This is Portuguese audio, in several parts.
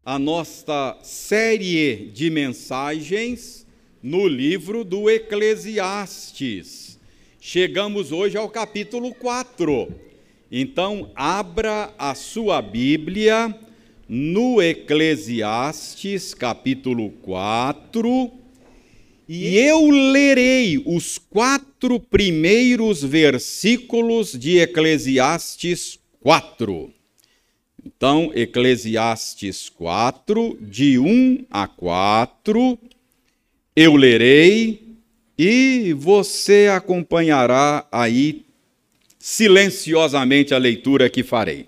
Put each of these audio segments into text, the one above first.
a nossa série de mensagens no livro do Eclesiastes. Chegamos hoje ao capítulo 4. Então, abra a sua Bíblia no Eclesiastes, capítulo 4, e eu lerei os 4 primeiros versículos de Eclesiastes 4. Então, Eclesiastes 4, de 1 a 4, eu lerei e você acompanhará aí silenciosamente a leitura que farei.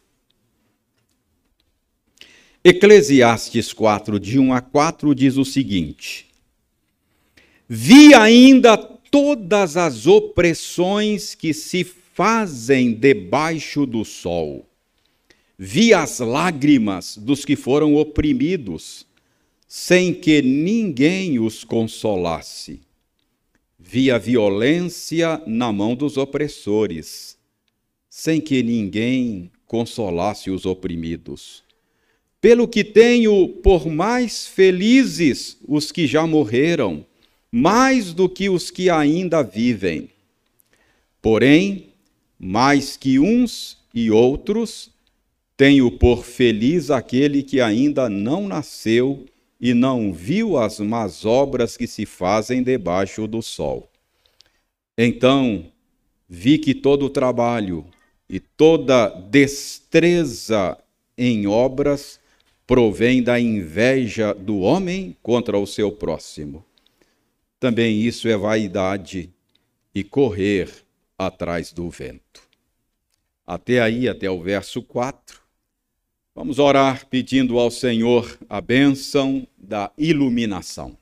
Eclesiastes 4, de 1 a 4, diz o seguinte: Vi ainda todas as opressões que se fazem debaixo do sol. Vi as lágrimas dos que foram oprimidos, sem que ninguém os consolasse. Vi a violência na mão dos opressores, sem que ninguém consolasse os oprimidos. Pelo que tenho por mais felizes os que já morreram, mais do que os que ainda vivem. Porém, mais que uns e outros, tenho por feliz aquele que ainda não nasceu e não viu as más obras que se fazem debaixo do sol. Então, vi que todo trabalho e toda destreza em obras provém da inveja do homem contra o seu próximo. Também isso é vaidade e correr atrás do vento. Até aí, até o verso 4. Vamos orar pedindo ao Senhor a bênção da iluminação.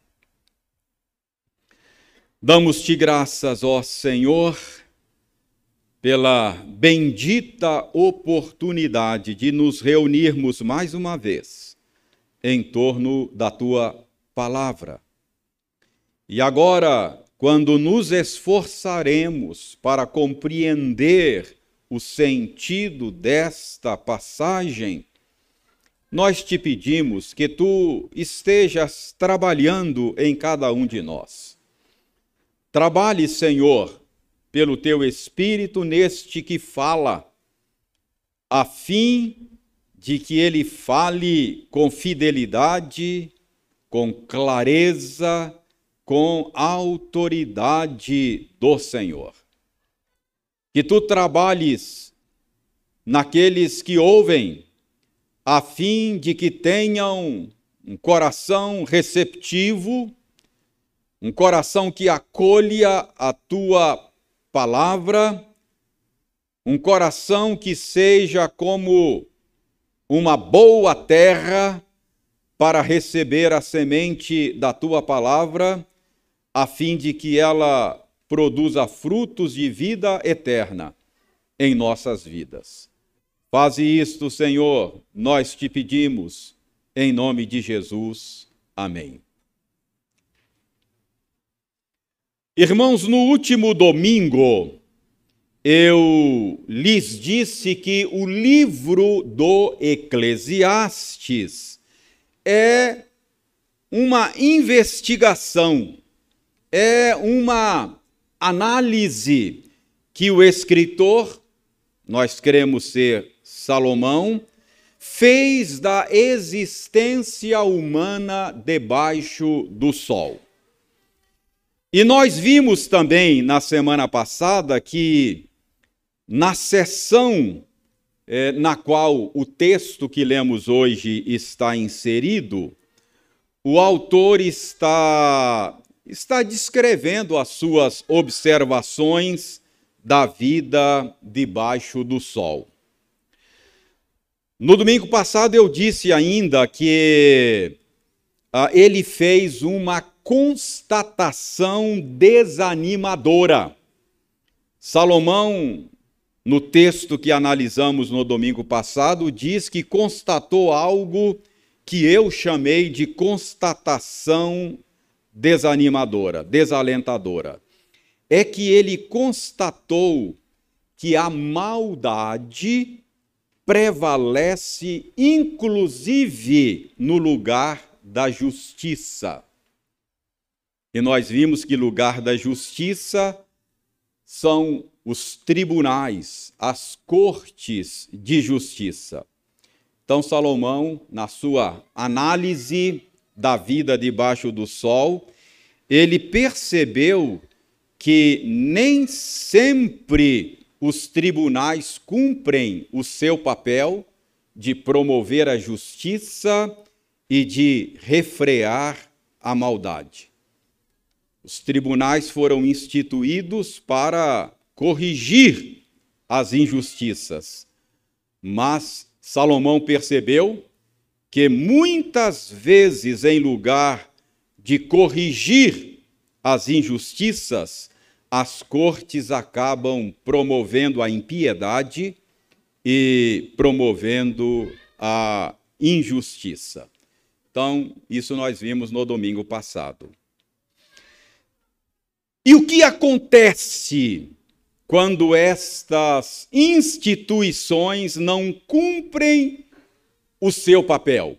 Damos-te graças, ó Senhor, pela bendita oportunidade de nos reunirmos mais uma vez em torno da tua palavra. E agora, quando nos esforçaremos para compreender o sentido desta passagem, nós te pedimos que tu estejas trabalhando em cada um de nós. Trabalhe, Senhor, pelo teu Espírito neste que fala, a fim de que ele fale com fidelidade, com clareza, com autoridade do Senhor. Que tu trabalhes naqueles que ouvem, a fim de que tenham um coração receptivo, um coração que acolha a tua palavra, um coração que seja como uma boa terra para receber a semente da tua palavra, a fim de que ela produza frutos de vida eterna em nossas vidas. Faze isto, Senhor, nós te pedimos, em nome de Jesus. Amém. Irmãos, no último domingo, eu lhes disse que o livro do Eclesiastes é uma investigação, é uma análise que o escritor, nós queremos ser Salomão, fez da existência humana debaixo do sol. E nós vimos também na semana passada que na seção na qual o texto que lemos hoje está inserido, o autor está descrevendo as suas observações da vida debaixo do sol. No domingo passado eu disse ainda que ele fez uma constatação desanimadora. Salomão, no texto que analisamos no domingo passado, diz que constatou algo que eu chamei de constatação desanimadora, desalentadora. É que ele constatou que a maldade prevalece inclusive no lugar da justiça. E nós vimos que lugar da justiça são os tribunais, as cortes de justiça. Então, Salomão, na sua análise da vida debaixo do sol, ele percebeu que nem sempre os tribunais cumprem o seu papel de promover a justiça e de refrear a maldade. Os tribunais foram instituídos para corrigir as injustiças, mas Salomão percebeu que muitas vezes, em lugar de corrigir as injustiças, as cortes acabam promovendo a impiedade e promovendo a injustiça. Então, isso nós vimos no domingo passado. E o que acontece quando estas instituições não cumprem o seu papel?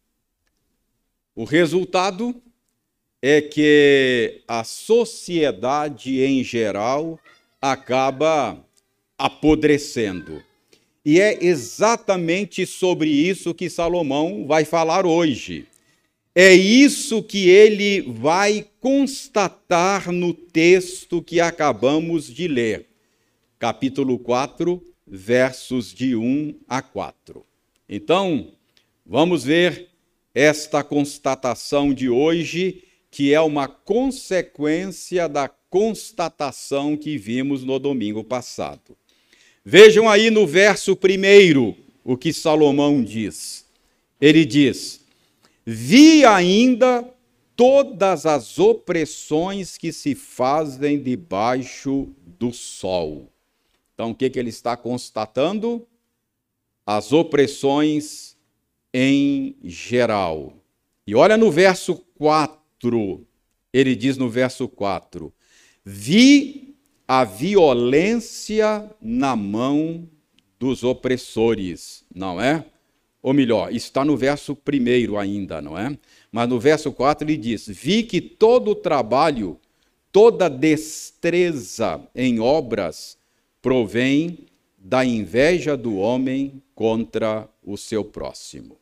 O resultado é que a sociedade em geral acaba apodrecendo. E é exatamente sobre isso que Salomão vai falar hoje. É isso que ele vai constatar no texto que acabamos de ler, capítulo 4, versos de 1 a 4. Então, vamos ver esta constatação de hoje, que é uma consequência da constatação que vimos no domingo passado. Vejam aí no verso 1 o que Salomão diz. Ele diz: vi ainda todas as opressões que se fazem debaixo do sol. Então, o que ele está constatando? As opressões em geral. E olha no verso 4, ele diz no verso 4, vi a violência na mão dos opressores, não é? Ou melhor, está no verso 1 ainda, não é? Mas no verso 4 ele diz, vi que todo o trabalho, toda destreza em obras provém da inveja do homem contra o seu próximo.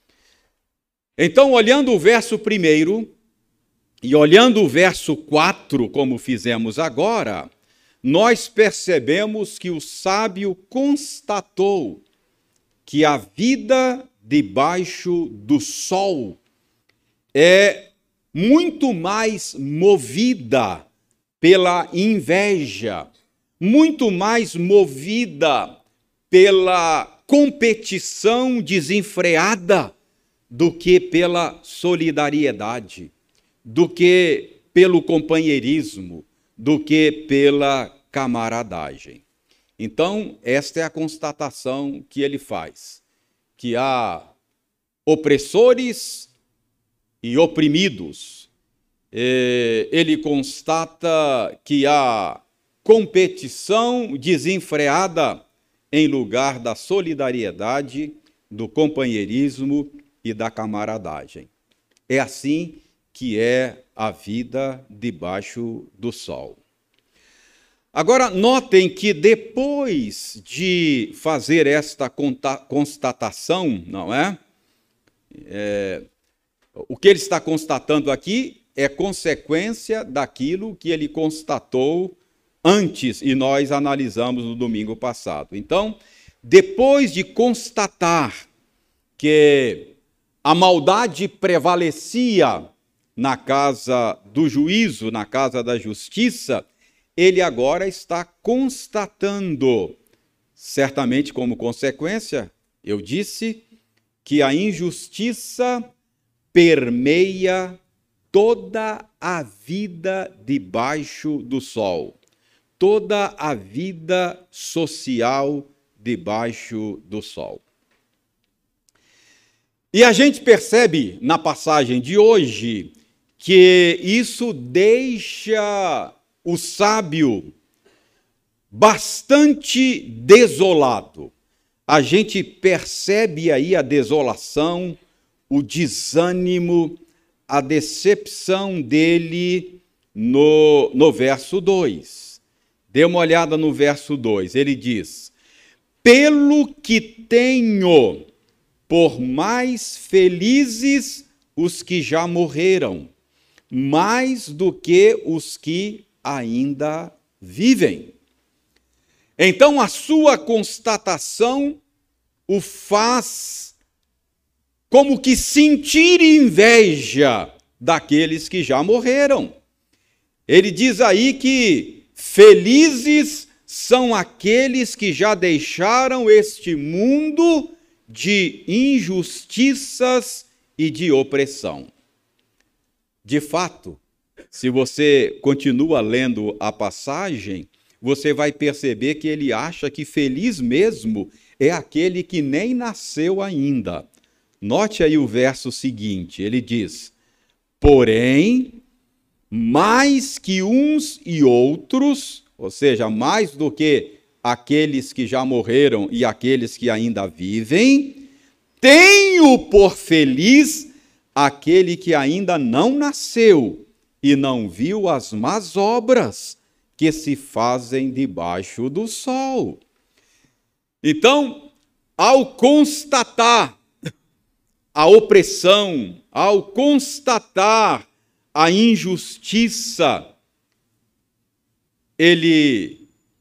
Então, olhando o verso 1 e olhando o verso 4, como fizemos agora, nós percebemos que o sábio constatou que a vida debaixo do sol é muito mais movida pela inveja, muito mais movida pela competição desenfreada do que pela solidariedade, do que pelo companheirismo, do que pela camaradagem. Então, esta é a constatação que ele faz, que há opressores e oprimidos. Ele constata que há competição desenfreada em lugar da solidariedade, do companheirismo e da camaradagem. É assim que é a vida debaixo do sol. Agora, notem que depois de fazer esta constatação, não é? O que ele está constatando aqui é consequência daquilo que ele constatou antes e nós analisamos no domingo passado. Então, depois de constatar que a maldade prevalecia na casa do juízo, na casa da justiça, ele agora está constatando, certamente como consequência, eu disse, que a injustiça permeia toda a vida debaixo do sol, toda a vida social debaixo do sol. E a gente percebe na passagem de hoje que isso deixa o sábio bastante desolado. a gente percebe aí a desolação, o desânimo, a decepção dele no verso 2. Dê uma olhada no verso 2, ele diz: pelo que tenho por mais felizes os que já morreram, mais do que os que ainda vivem. Então, a sua constatação o faz como que sentir inveja daqueles que já morreram. Ele diz aí que felizes são aqueles que já deixaram este mundo de injustiças e de opressão. De fato, se você continua lendo a passagem, você vai perceber que ele acha que feliz mesmo é aquele que nem nasceu ainda. Note aí o verso seguinte, ele diz: porém, mais que uns e outros, ou seja, mais do que aqueles que já morreram e aqueles que ainda vivem, tenho por feliz aquele que ainda não nasceu e não viu as más obras que se fazem debaixo do sol. Então, ao constatar a opressão, ao constatar a injustiça, ele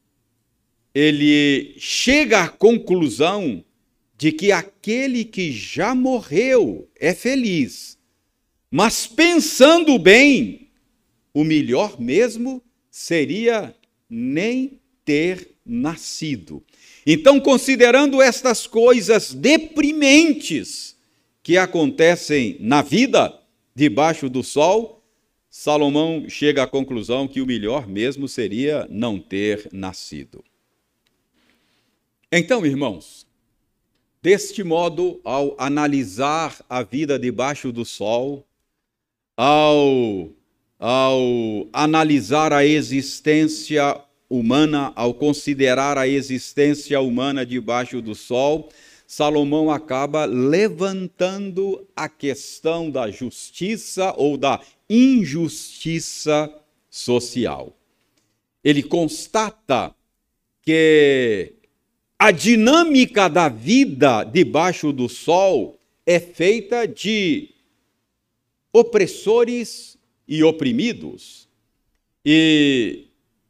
chega à conclusão de que aquele que já morreu é feliz. Mas pensando bem, o melhor mesmo seria nem ter nascido. Então, considerando estas coisas deprimentes que acontecem na vida debaixo do sol, Salomão chega à conclusão que o melhor mesmo seria não ter nascido. Então, irmãos, deste modo, ao analisar a vida debaixo do sol, ao analisar a existência humana, ao considerar a existência humana debaixo do sol, Salomão acaba levantando a questão da justiça ou da injustiça social. Ele constata que a dinâmica da vida debaixo do sol é feita de opressores e oprimidos. E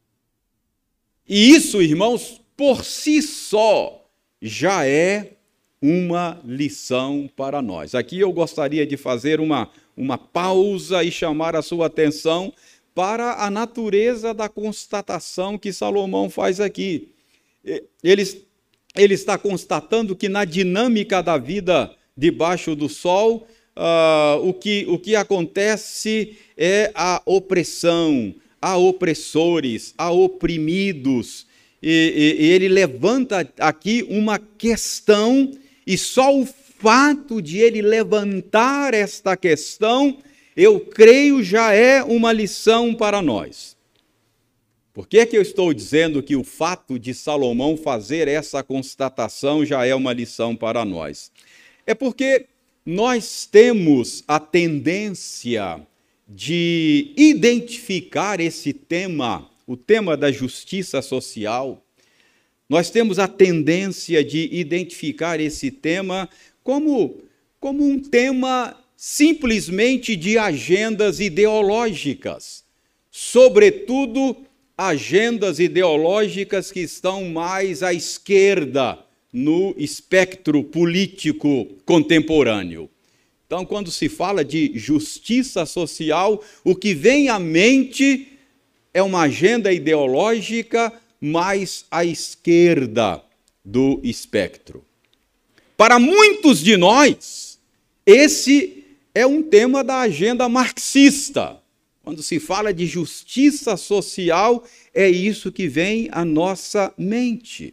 isso, irmãos, por si só já é uma lição para nós. Aqui eu gostaria de fazer uma pausa e chamar a sua atenção para a natureza da constatação que Salomão faz aqui. Ele está constatando que na dinâmica da vida debaixo do sol, o que acontece é a opressão, há opressores, há oprimidos, e ele levanta aqui uma questão, e só o fato de ele levantar esta questão, eu creio, já é uma lição para nós. Por que eu estou dizendo que o fato de Salomão fazer essa constatação já é uma lição para nós? É porque nós temos a tendência de identificar esse tema, o tema da justiça social. Nós temos a tendência de identificar esse tema como um tema simplesmente de agendas ideológicas, sobretudo agendas ideológicas que estão mais à esquerda no espectro político contemporâneo. Então, quando se fala de justiça social, o que vem à mente é uma agenda ideológica mais à esquerda do espectro. Para muitos de nós, esse é um tema da agenda marxista. Quando se fala de justiça social, é isso que vem à nossa mente.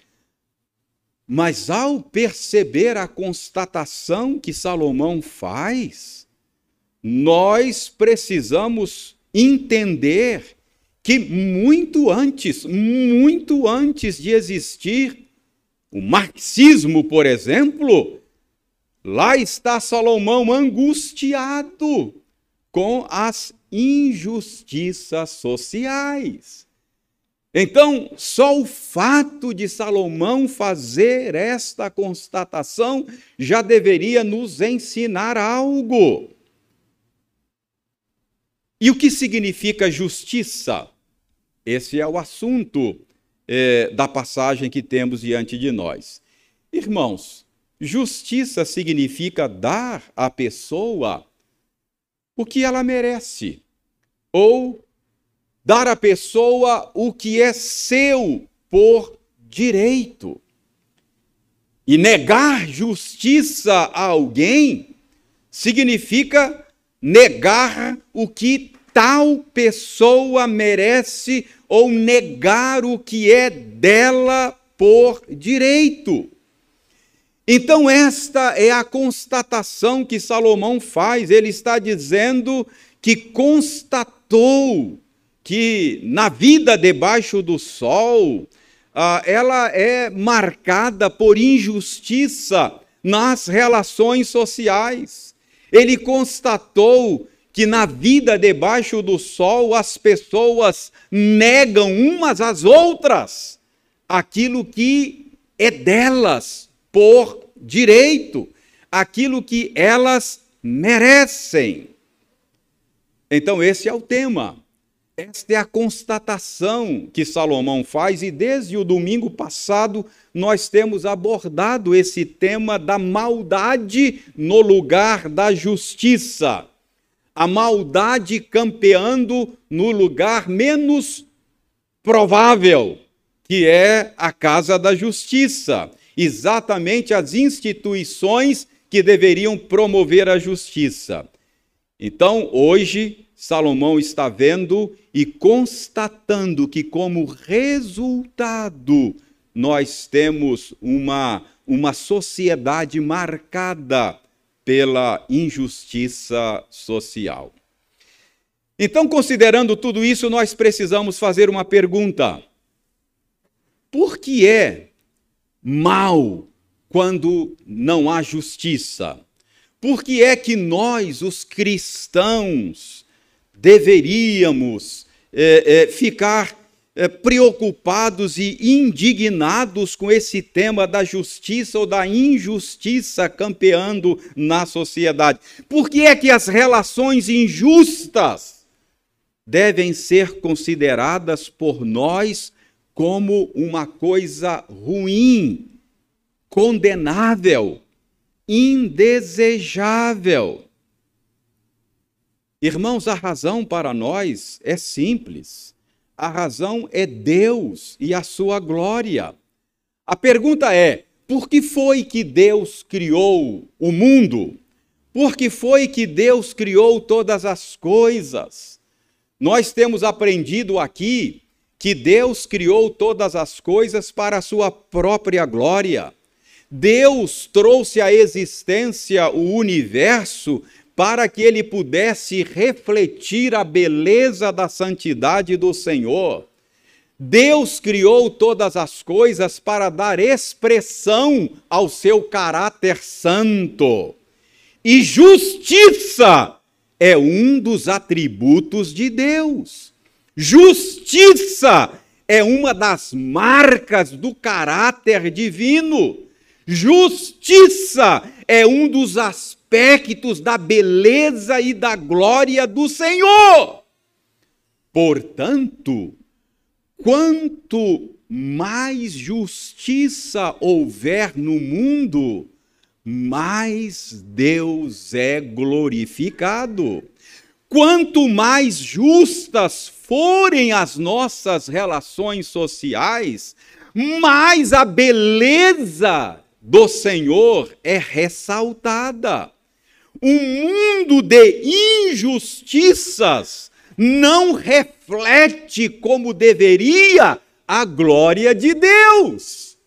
Mas ao perceber a constatação que Salomão faz, nós precisamos entender que muito antes de existir o marxismo, por exemplo, lá está Salomão angustiado com as injustiças sociais. Então, só o fato de Salomão fazer esta constatação já deveria nos ensinar algo. E o que significa justiça? Esse é o assunto da passagem que temos diante de nós. Irmãos, justiça significa dar à pessoa o que ela merece, ou dar à pessoa o que é seu por direito. E negar justiça a alguém significa negar o que tal pessoa merece ou negar o que é dela por direito. Então, esta é a constatação que Salomão faz. Ele está dizendo que constatou que na vida debaixo do sol, ela é marcada por injustiça nas relações sociais. Ele constatou que na vida debaixo do sol as pessoas negam umas às outras aquilo que é delas por direito, aquilo que elas merecem. Então esse é o tema. Esta é a constatação que Salomão faz, e desde o domingo passado nós temos abordado esse tema da maldade no lugar da justiça. A maldade campeando no lugar menos provável, que é a casa da justiça. Exatamente as instituições que deveriam promover a justiça. Então, hoje, Salomão está vendo e constatando que, como resultado, nós temos uma sociedade marcada pela injustiça social. Então, considerando tudo isso, nós precisamos fazer uma pergunta. Por que é mal quando não há justiça? Por que é que nós, os cristãos, deveríamos ficar preocupados e indignados com esse tema da justiça ou da injustiça campeando na sociedade? Por que é que as relações injustas devem ser consideradas por nós como uma coisa ruim, condenável, indesejável? Irmãos, a razão para nós é simples. A razão é Deus e a sua glória. A pergunta é: por que foi que Deus criou o mundo? Por que foi que Deus criou todas as coisas? Nós temos aprendido aqui que Deus criou todas as coisas para a sua própria glória. Deus trouxe à existência o universo para que ele pudesse refletir a beleza da santidade do Senhor. Deus criou todas as coisas para dar expressão ao seu caráter santo. E justiça é um dos atributos de Deus. Justiça é uma das marcas do caráter divino. Justiça é um dos aspectos da beleza e da glória do Senhor. Portanto, quanto mais justiça houver no mundo, mais Deus é glorificado. Quanto mais justas forem as nossas relações sociais, mais a beleza do Senhor é ressaltada. Um mundo de injustiças não reflete como deveria a glória de Deus.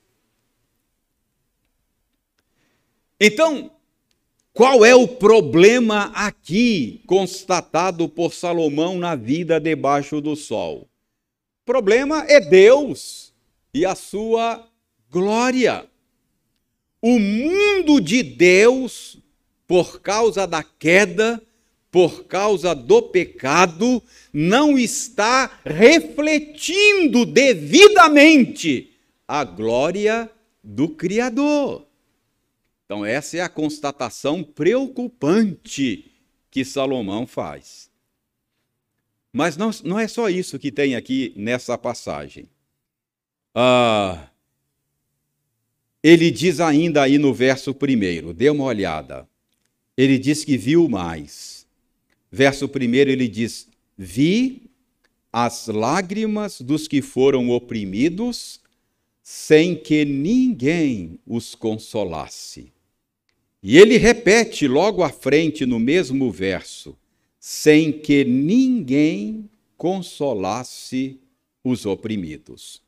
Então, qual é o problema aqui constatado por Salomão na vida debaixo do sol? O problema é Deus e a sua glória. o mundo de Deus, por causa da queda, por causa do pecado, não está refletindo devidamente a glória do Criador. Então, essa é a constatação preocupante que Salomão faz. Mas não é só isso que tem aqui nessa passagem. Ele diz ainda aí no verso 1, dê uma olhada. Ele diz que viu mais. Verso 1 ele diz: vi as lágrimas dos que foram oprimidos, sem que ninguém os consolasse. E ele repete logo à frente no mesmo verso: sem que ninguém consolasse os oprimidos.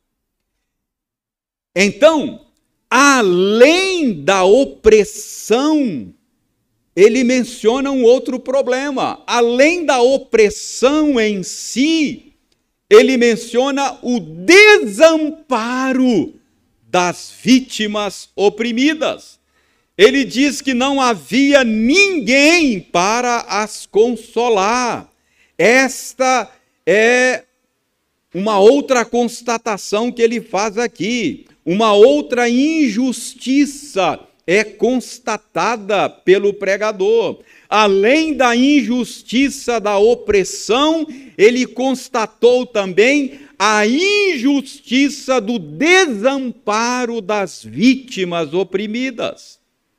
Então, além da opressão, ele menciona um outro problema. Além da opressão em si, ele menciona o desamparo das vítimas oprimidas. Ele diz que não havia ninguém para as consolar. Esta é uma outra constatação que ele faz aqui. Uma outra injustiça é constatada pelo pregador. Além da injustiça da opressão, ele constatou também a injustiça do desamparo das vítimas oprimidas.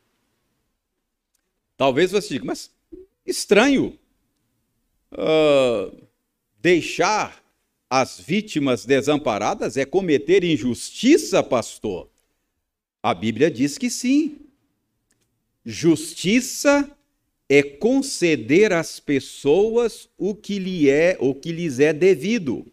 Talvez você diga, mas estranho deixar as vítimas desamparadas é cometer injustiça, pastor? A Bíblia diz que sim. Justiça é conceder às pessoas o que lhes é devido.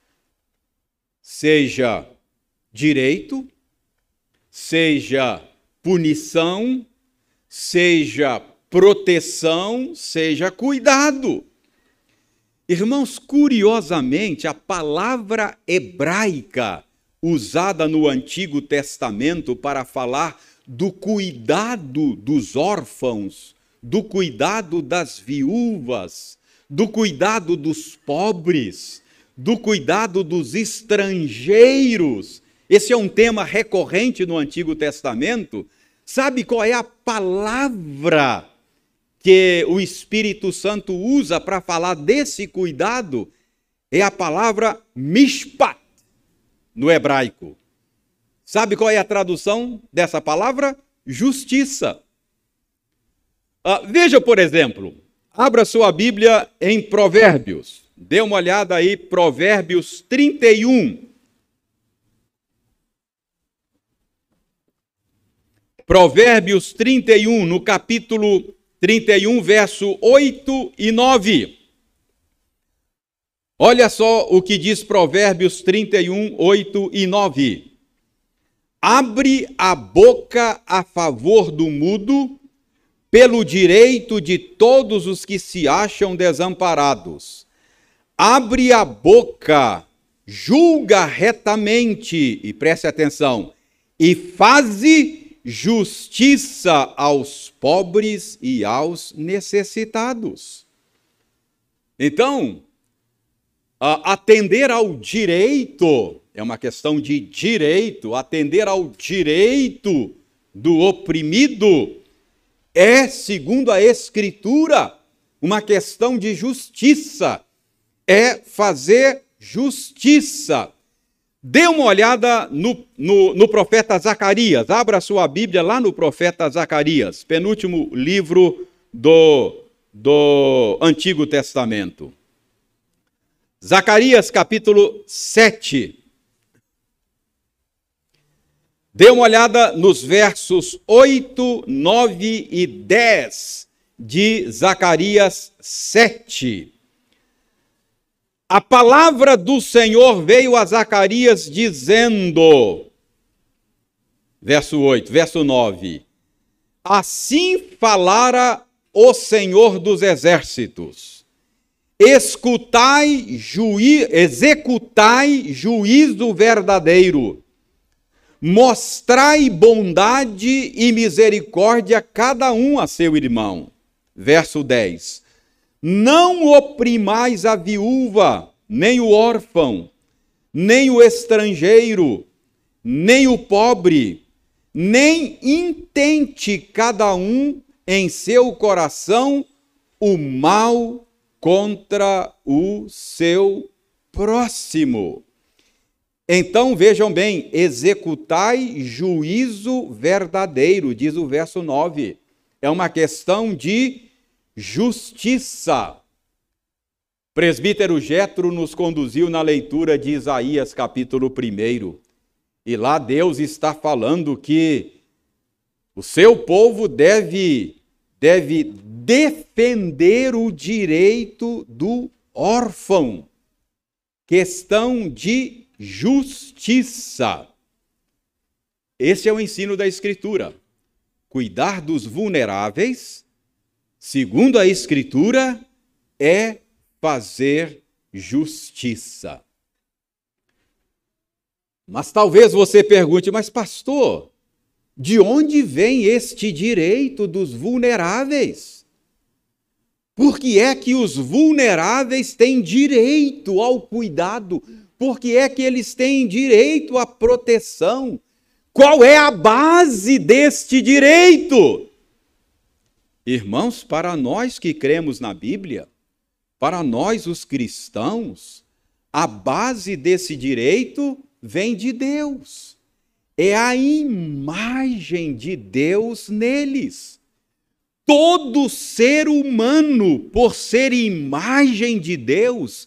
Seja direito, seja punição, seja proteção, seja cuidado. Irmãos, curiosamente, a palavra hebraica usada no Antigo Testamento para falar do cuidado dos órfãos, do cuidado das viúvas, do cuidado dos pobres, do cuidado dos estrangeiros. Esse é um tema recorrente no Antigo Testamento. Sabe qual é a palavra que o Espírito Santo usa para falar desse cuidado? É a palavra mishpat, no hebraico. Sabe qual é a tradução dessa palavra? Justiça. Veja, por exemplo, abra sua Bíblia em Provérbios. Dê uma olhada aí, Provérbios 31. Provérbios 31, no capítulo 31, verso 8 e 9. Olha só o que diz Provérbios 31, 8 e 9. Abre a boca a favor do mudo, pelo direito de todos os que se acham desamparados. Abre a boca, julga retamente, e preste atenção, e faze justiça aos pobres e aos necessitados. Então, atender ao direito, é uma questão de direito, atender ao direito do oprimido é, segundo a Escritura, uma questão de justiça, é fazer justiça. Dê uma olhada no profeta Zacarias, abra sua Bíblia lá no profeta Zacarias, penúltimo livro do Antigo Testamento. Zacarias capítulo 7. Dê uma olhada nos versos 8, 9 e 10 de Zacarias 7. A palavra do Senhor veio a Zacarias dizendo, verso 8, verso 9, assim falara o Senhor dos exércitos, executai juízo verdadeiro, Mostrai bondade e misericórdia cada um a seu irmão. Verso 10. Não oprimais a viúva, nem o órfão, nem o estrangeiro, nem o pobre, nem intente cada um em seu coração o mal contra o seu próximo. Então, vejam bem, executai juízo verdadeiro, diz o verso 9. É uma questão de justiça. Presbítero Jetro nos conduziu na leitura de Isaías, capítulo 1. E lá Deus está falando que o seu povo deve defender o direito do órfão. Questão de justiça. Esse é o ensino da Escritura. Cuidar dos vulneráveis, segundo a Escritura, é fazer justiça. Mas talvez você pergunte, mas pastor, de onde vem este direito dos vulneráveis? Por que é que os vulneráveis têm direito ao cuidado? Por que é que eles têm direito à proteção? Qual é a base deste direito? Irmãos, para nós que cremos na Bíblia, para nós os cristãos, a base desse direito vem de Deus. É a imagem de Deus neles. Todo ser humano, por ser imagem de Deus,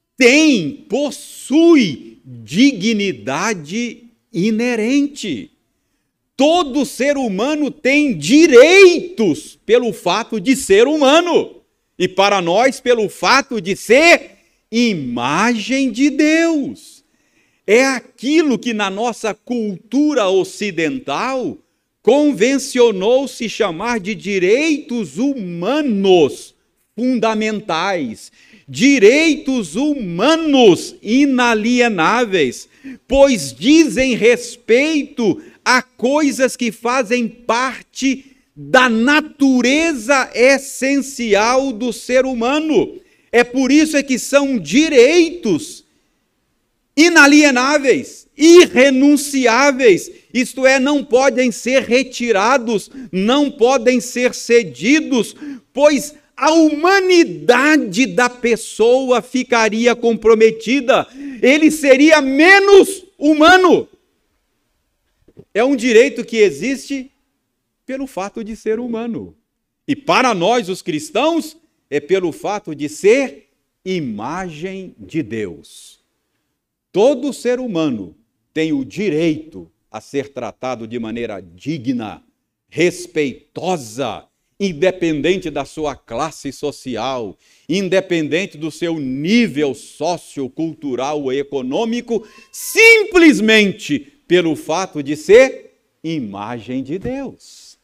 possui dignidade inerente. Todo ser humano tem direitos pelo fato de ser humano. E para nós, pelo fato de ser imagem de Deus. É aquilo que na nossa cultura ocidental convencionou se chamar de direitos humanos fundamentais, direitos humanos inalienáveis, pois dizem respeito a coisas que fazem parte da natureza essencial do ser humano. É por isso que são direitos inalienáveis, irrenunciáveis, isto é, não podem ser retirados, não podem ser cedidos, pois a humanidade da pessoa ficaria comprometida, ele seria menos humano. É um direito que existe pelo fato de ser humano. E para nós, os cristãos, é pelo fato de ser imagem de Deus. Todo ser humano tem o direito a ser tratado de maneira digna, respeitosa, independente da sua classe social, independente do seu nível sociocultural ou econômico, simplesmente pelo fato de ser imagem de Deus.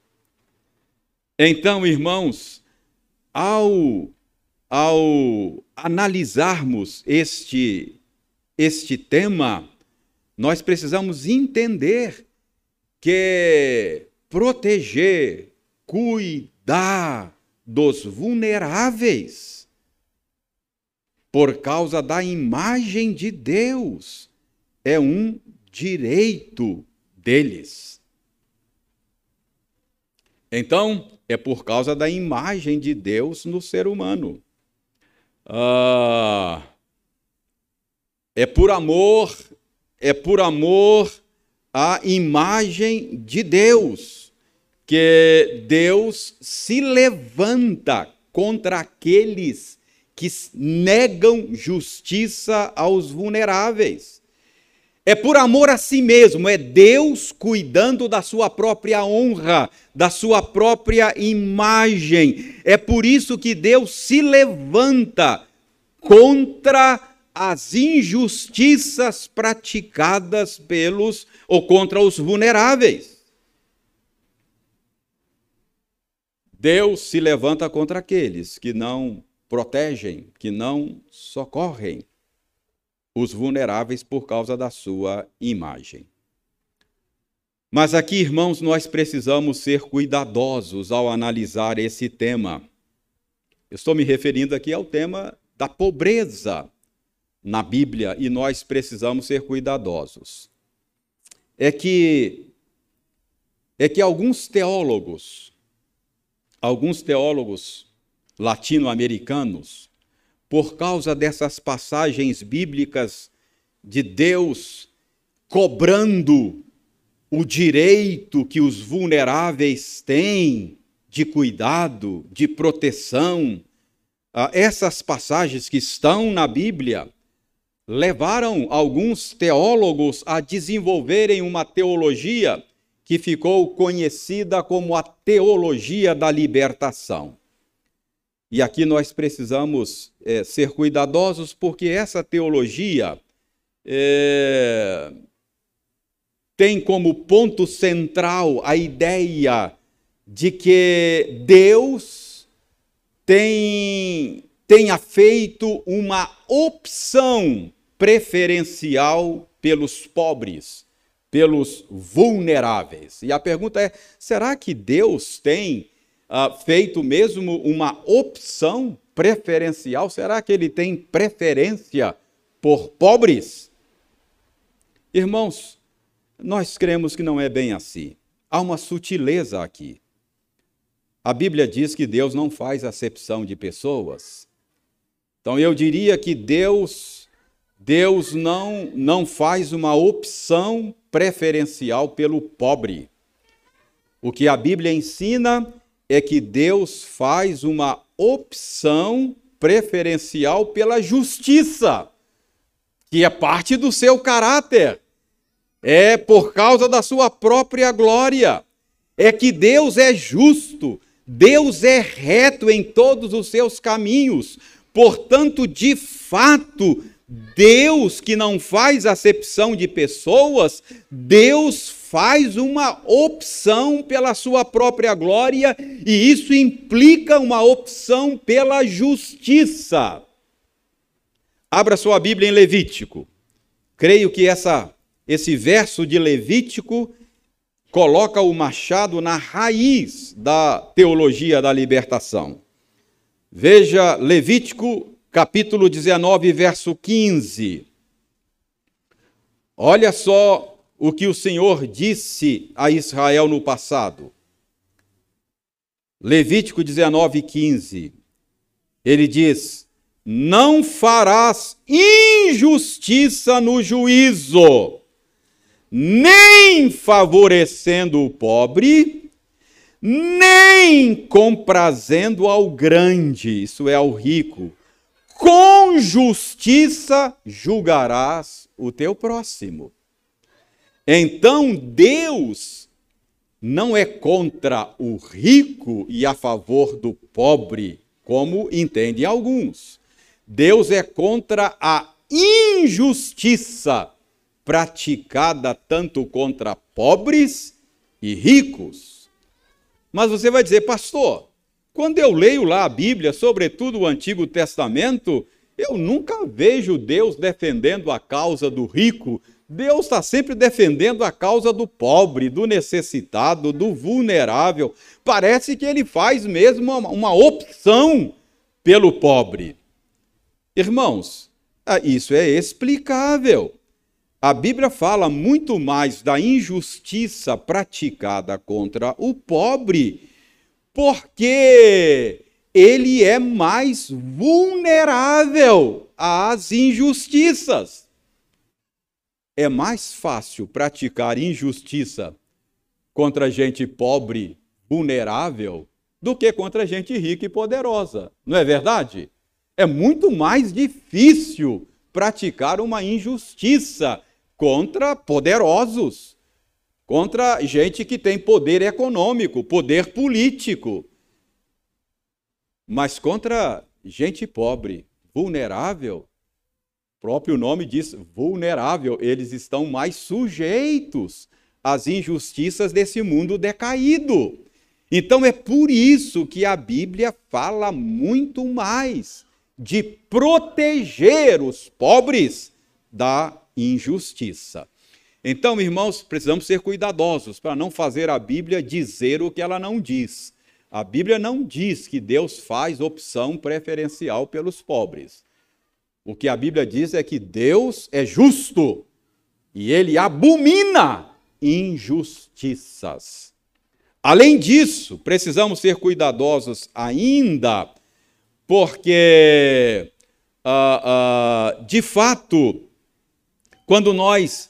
Então, irmãos, ao analisarmos este tema, nós precisamos entender que proteger, cuidar dos vulneráveis por causa da imagem de Deus é um direito deles. Então, é por causa da imagem de Deus no ser humano. É por amor à imagem de Deus que Deus se levanta contra aqueles que negam justiça aos vulneráveis. É por amor a si mesmo, é Deus cuidando da sua própria honra, da sua própria imagem. É por isso que Deus se levanta contra as injustiças praticadas contra os vulneráveis. Deus se levanta contra aqueles que não protegem, que não socorrem os vulneráveis por causa da sua imagem. Mas aqui, irmãos, nós precisamos ser cuidadosos ao analisar esse tema. Eu estou me referindo aqui ao tema da pobreza na Bíblia e nós precisamos ser cuidadosos. É que alguns teólogos latino-americanos, por causa dessas passagens bíblicas de Deus cobrando o direito que os vulneráveis têm de cuidado, de proteção, essas passagens que estão na Bíblia levaram alguns teólogos a desenvolverem uma teologia que ficou conhecida como a teologia da libertação. E aqui nós precisamos ser cuidadosos, porque essa teologia tem como ponto central a ideia de que Deus tenha feito uma opção preferencial pelos pobres, pelos vulneráveis. E a pergunta é, será que Deus tem feito mesmo uma opção preferencial? Será que ele tem preferência por pobres? Irmãos, nós cremos que não é bem assim. Há uma sutileza aqui. A Bíblia diz que Deus não faz acepção de pessoas. Então eu diria que Deus não faz uma opção preferencial pelo pobre. O que a Bíblia ensina é que Deus faz uma opção preferencial pela justiça, que é parte do seu caráter. É por causa da sua própria glória. É que Deus é justo, Deus é reto em todos os seus caminhos. Portanto, de fato, Deus que não faz acepção de pessoas, Deus faz uma opção pela sua própria glória, e isso implica uma opção pela justiça. Abra sua Bíblia em Levítico. Creio que esse verso de Levítico coloca o machado na raiz da teologia da libertação. Veja Levítico, capítulo 19, verso 15. Olha só o que o Senhor disse a Israel no passado. Levítico 19, 15. Ele diz: não farás injustiça no juízo, nem favorecendo o pobre, nem comprazendo ao grande, isso é, ao rico. Com justiça julgarás o teu próximo. Então Deus não é contra o rico e a favor do pobre, como entendem alguns. Deus é contra a injustiça praticada tanto contra pobres e ricos. Mas você vai dizer, pastor, quando eu leio lá a Bíblia, sobretudo o Antigo Testamento, eu nunca vejo Deus defendendo a causa do rico. Deus está sempre defendendo a causa do pobre, do necessitado, do vulnerável. Parece que ele faz mesmo uma opção pelo pobre. Irmãos, isso é explicável. A Bíblia fala muito mais da injustiça praticada contra o pobre, porque ele é mais vulnerável às injustiças. É mais fácil praticar injustiça contra gente pobre, vulnerável, do que contra gente rica e poderosa. Não é verdade? É muito mais difícil praticar uma injustiça contra poderosos, contra gente que tem poder econômico, poder político. Mas contra gente pobre, vulnerável, o próprio nome diz vulnerável, eles estão mais sujeitos às injustiças desse mundo decaído. Então é por isso que a Bíblia fala muito mais de proteger os pobres da injustiça. Então, irmãos, precisamos ser cuidadosos para não fazer a Bíblia dizer o que ela não diz. A Bíblia não diz que Deus faz opção preferencial pelos pobres. O que a Bíblia diz é que Deus é justo e ele abomina injustiças. Além disso, precisamos ser cuidadosos ainda, porque, de fato, quando nós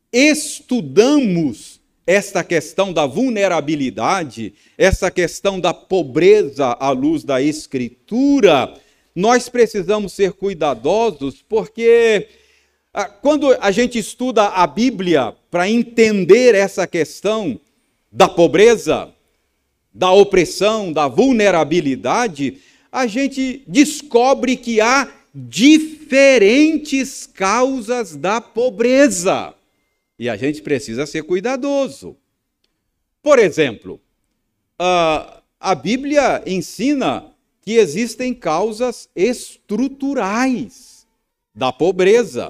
estudamos esta questão da vulnerabilidade, essa questão da pobreza à luz da Escritura, nós precisamos ser cuidadosos, porque quando a gente estuda a Bíblia para entender essa questão da pobreza, da opressão, da vulnerabilidade, a gente descobre que há diferentes causas da pobreza. E a gente precisa ser cuidadoso. Por exemplo, a Bíblia ensina que existem causas estruturais da pobreza.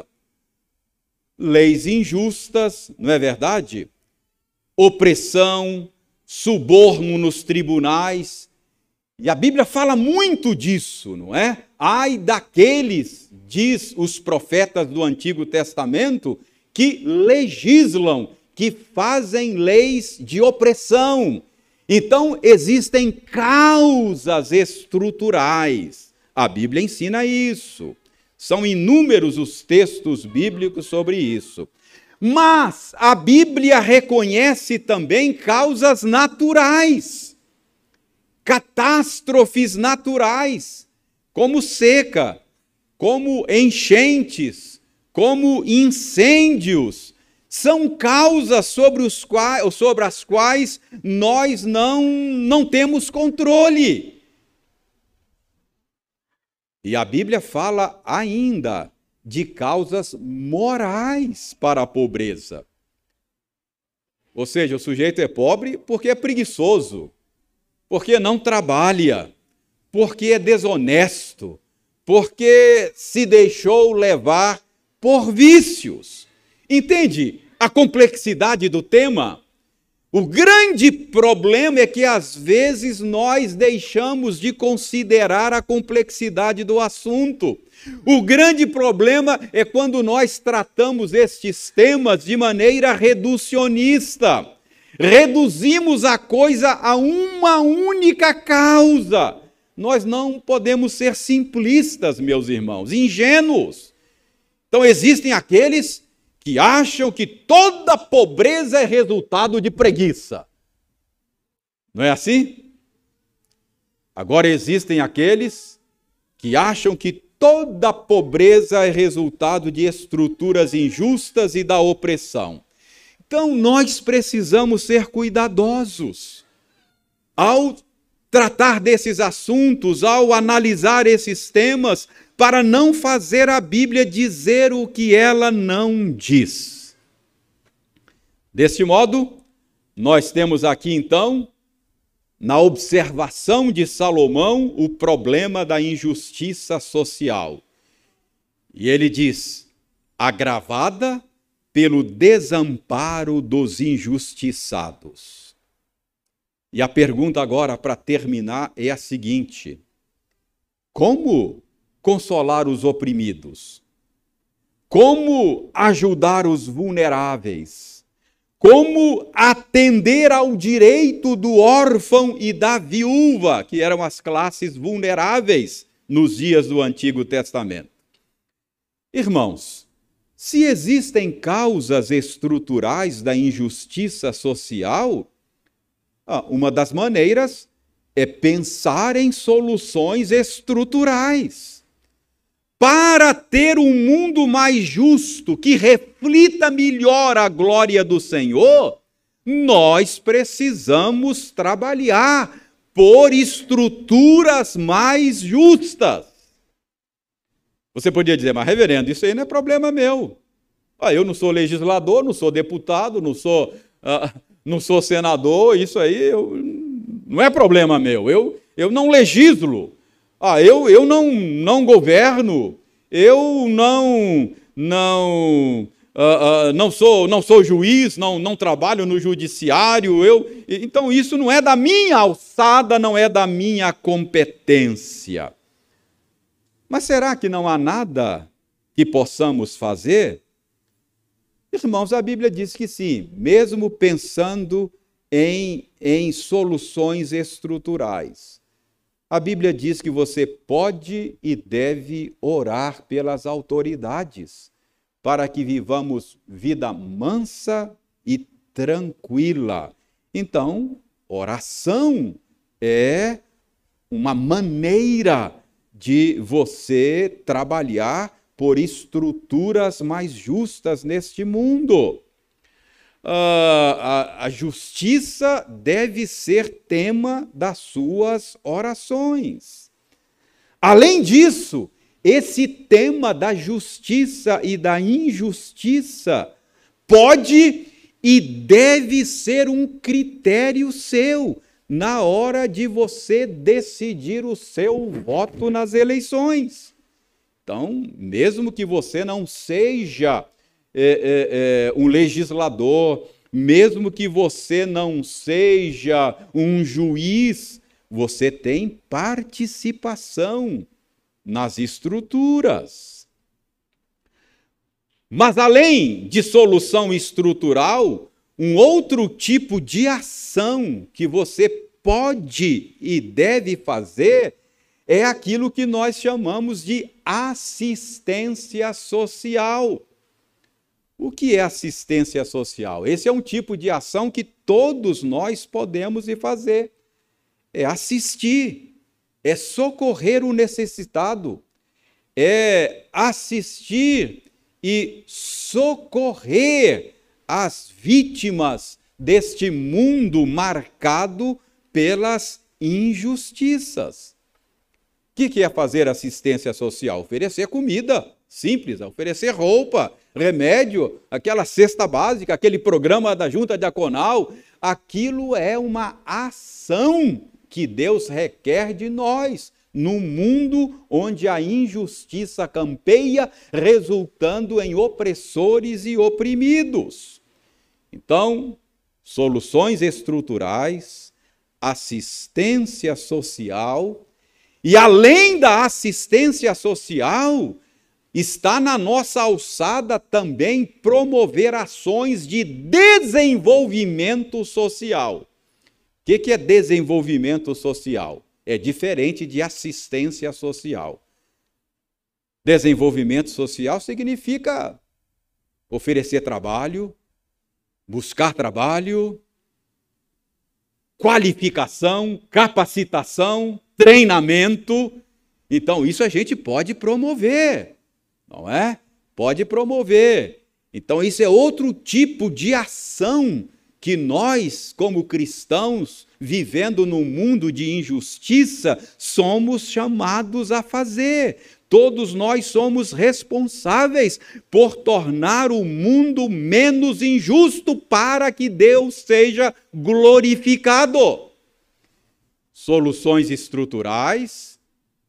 Leis injustas, não é verdade? Opressão, suborno nos tribunais. E a Bíblia fala muito disso, não é? Ai daqueles, diz os profetas do Antigo Testamento, que legislam, que fazem leis de opressão. Então, existem causas estruturais. A Bíblia ensina isso. São inúmeros os textos bíblicos sobre isso. Mas a Bíblia reconhece também causas naturais, catástrofes naturais, como seca, como enchentes, como incêndios. São causas sobre as quais nós não temos controle. E a Bíblia fala ainda de causas morais para a pobreza. Ou seja, o sujeito é pobre porque é preguiçoso, porque não trabalha, porque é desonesto, porque se deixou levar por vícios. Entende a complexidade do tema? O grande problema é que, às vezes, nós deixamos de considerar a complexidade do assunto. O grande problema é quando nós tratamos estes temas de maneira reducionista. Reduzimos a coisa a uma única causa. Nós não podemos ser simplistas, meus irmãos, ingênuos. Então, existem aqueles que acham que toda pobreza é resultado de preguiça. Não é assim? Agora existem aqueles que acham que toda pobreza é resultado de estruturas injustas e da opressão. Então, nós precisamos ser cuidadosos ao tratar desses assuntos, ao analisar esses temas, para não fazer a Bíblia dizer o que ela não diz. Deste modo, nós temos aqui então, na observação de Salomão, o problema da injustiça social. E ele diz, agravada pelo desamparo dos injustiçados. E a pergunta agora, para terminar, é a seguinte: como consolar os oprimidos? Como ajudar os vulneráveis? Como atender ao direito do órfão e da viúva, que eram as classes vulneráveis nos dias do Antigo Testamento? Irmãos, se existem causas estruturais da injustiça social, uma das maneiras é pensar em soluções estruturais. Para ter um mundo mais justo, que reflita melhor a glória do Senhor, nós precisamos trabalhar por estruturas mais justas. Você podia dizer, mas reverendo, isso aí não é problema meu. Eu não sou legislador, não sou deputado, não sou senador, isso aí não é problema meu. Eu não legislo. Eu não governo, eu não não sou juiz, não trabalho no judiciário, então isso não é da minha alçada, não é da minha competência. Mas será que não há nada que possamos fazer? Irmãos, a Bíblia diz que sim, mesmo pensando em soluções estruturais. A Bíblia diz que você pode e deve orar pelas autoridades, para que vivamos vida mansa e tranquila. Então, oração é uma maneira de você trabalhar por estruturas mais justas neste mundo. A justiça deve ser tema das suas orações. Além disso, esse tema da justiça e da injustiça pode e deve ser um critério seu na hora de você decidir o seu voto nas eleições. Então, mesmo que você não seja um legislador, mesmo que você não seja um juiz, você tem participação nas estruturas. Mas além de solução estrutural, um outro tipo de ação que você pode e deve fazer é aquilo que nós chamamos de assistência social. O que é assistência social? Esse é um tipo de ação que todos nós podemos fazer. É assistir, é socorrer o necessitado, é assistir e socorrer as vítimas deste mundo marcado pelas injustiças. O que é fazer assistência social? Oferecer comida, simples, oferecer roupa, remédio, aquela cesta básica, aquele programa da junta diaconal, aquilo é uma ação que Deus requer de nós, num mundo onde a injustiça campeia, resultando em opressores e oprimidos. Então, soluções estruturais, assistência social, e além da assistência social, está na nossa alçada também promover ações de desenvolvimento social. O que é desenvolvimento social? É diferente de assistência social. Desenvolvimento social significa oferecer trabalho, buscar trabalho, qualificação, capacitação, treinamento. Então, isso a gente pode promover, não é? Pode promover. Então, isso é outro tipo de ação que nós, como cristãos, vivendo num mundo de injustiça, somos chamados a fazer. Todos nós somos responsáveis por tornar o mundo menos injusto para que Deus seja glorificado. Soluções estruturais,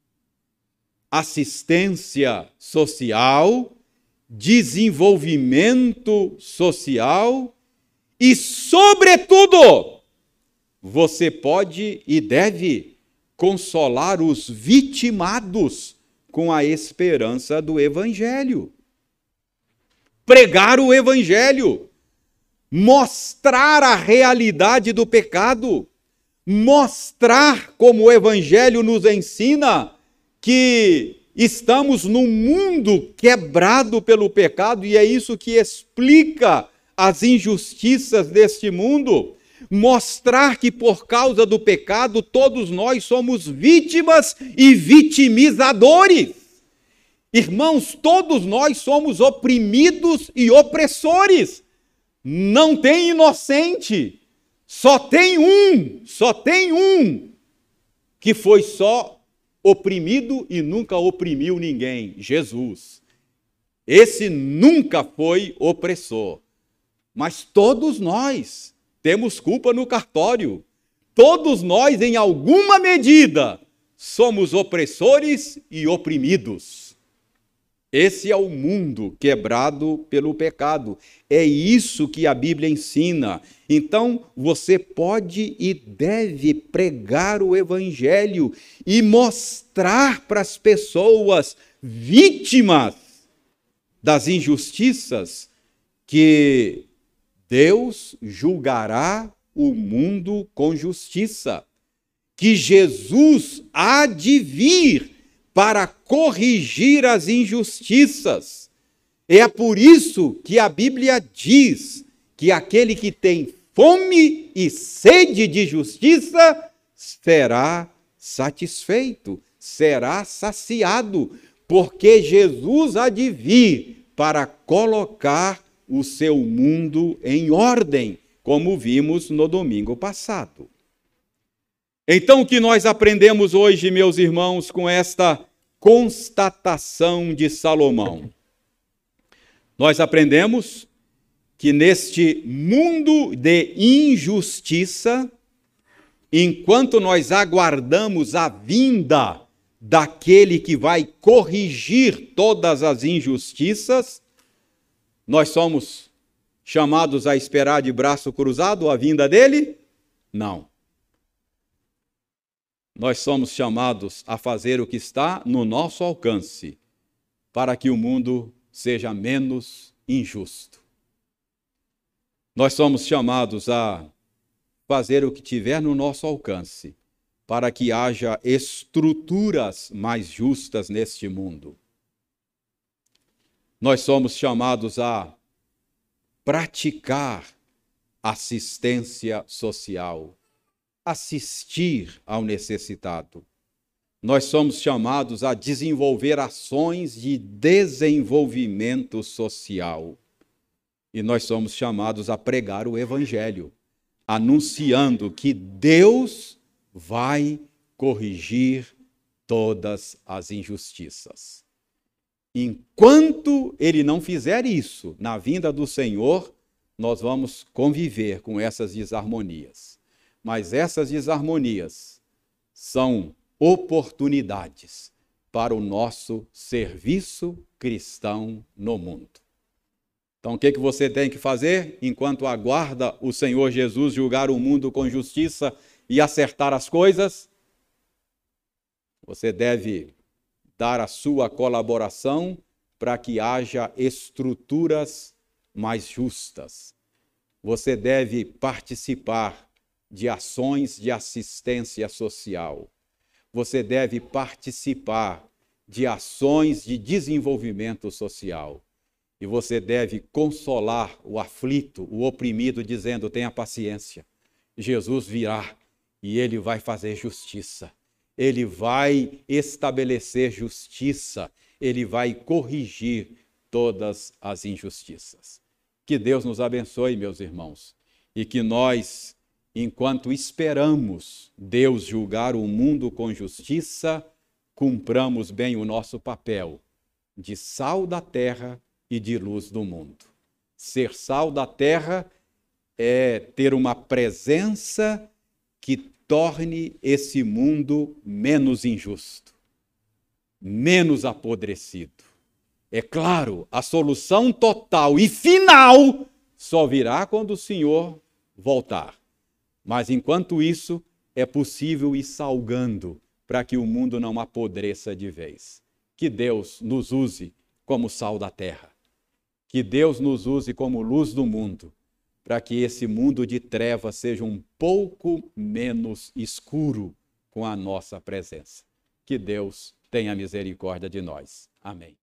assistência social, desenvolvimento social e, sobretudo, você pode e deve consolar os vitimados com a esperança do Evangelho. Pregar o Evangelho, mostrar a realidade do pecado, mostrar como o Evangelho nos ensina que estamos num mundo quebrado pelo pecado e é isso que explica as injustiças deste mundo. Mostrar que por causa do pecado todos nós somos vítimas e vitimizadores. Irmãos, todos nós somos oprimidos e opressores. Não tem inocente. Só tem um que foi só oprimido e nunca oprimiu ninguém, Jesus. Esse nunca foi opressor. Mas todos nós temos culpa no cartório. Todos nós, em alguma medida, somos opressores e oprimidos. Esse é o mundo quebrado pelo pecado. É isso que a Bíblia ensina. Então, você pode e deve pregar o Evangelho e mostrar para as pessoas vítimas das injustiças que Deus julgará o mundo com justiça, que Jesus há de vir para corrigir as injustiças. É por isso que a Bíblia diz que aquele que tem fome e sede de justiça será satisfeito, será saciado, porque Jesus há de vir para colocar o seu mundo em ordem, como vimos no domingo passado. Então, o que nós aprendemos hoje, meus irmãos, com esta constatação de Salomão? Nós aprendemos que neste mundo de injustiça, enquanto nós aguardamos a vinda daquele que vai corrigir todas as injustiças, nós somos chamados a esperar de braço cruzado a vinda dele? Não. Nós somos chamados a fazer o que está no nosso alcance para que o mundo seja menos injusto. Nós somos chamados a fazer o que tiver no nosso alcance para que haja estruturas mais justas neste mundo. Nós somos chamados a praticar assistência social, assistir ao necessitado. Nós somos chamados a desenvolver ações de desenvolvimento social. E nós somos chamados a pregar o Evangelho, anunciando que Deus vai corrigir todas as injustiças. Enquanto Ele não fizer isso, na vinda do Senhor, nós vamos conviver com essas desarmonias. Mas essas desarmonias são oportunidades para o nosso serviço cristão no mundo. Então, o que você tem que fazer enquanto aguarda o Senhor Jesus julgar o mundo com justiça e acertar as coisas? Você deve dar a sua colaboração para que haja estruturas mais justas. Você deve participar de ações de assistência social. Você deve participar de ações de desenvolvimento social. E você deve consolar o aflito, o oprimido, dizendo: tenha paciência, Jesus virá e Ele vai fazer justiça. Ele vai estabelecer justiça, Ele vai corrigir todas as injustiças. Que Deus nos abençoe, meus irmãos, e que nós, enquanto esperamos Deus julgar o mundo com justiça, cumpramos bem o nosso papel de sal da terra e de luz do mundo. Ser sal da terra é ter uma presença que torne esse mundo menos injusto, menos apodrecido. É claro, a solução total e final só virá quando o Senhor voltar. Mas enquanto isso, é possível ir salgando para que o mundo não apodreça de vez. Que Deus nos use como sal da terra. Que Deus nos use como luz do mundo, para que esse mundo de trevas seja um pouco menos escuro com a nossa presença. Que Deus tenha misericórdia de nós. Amém.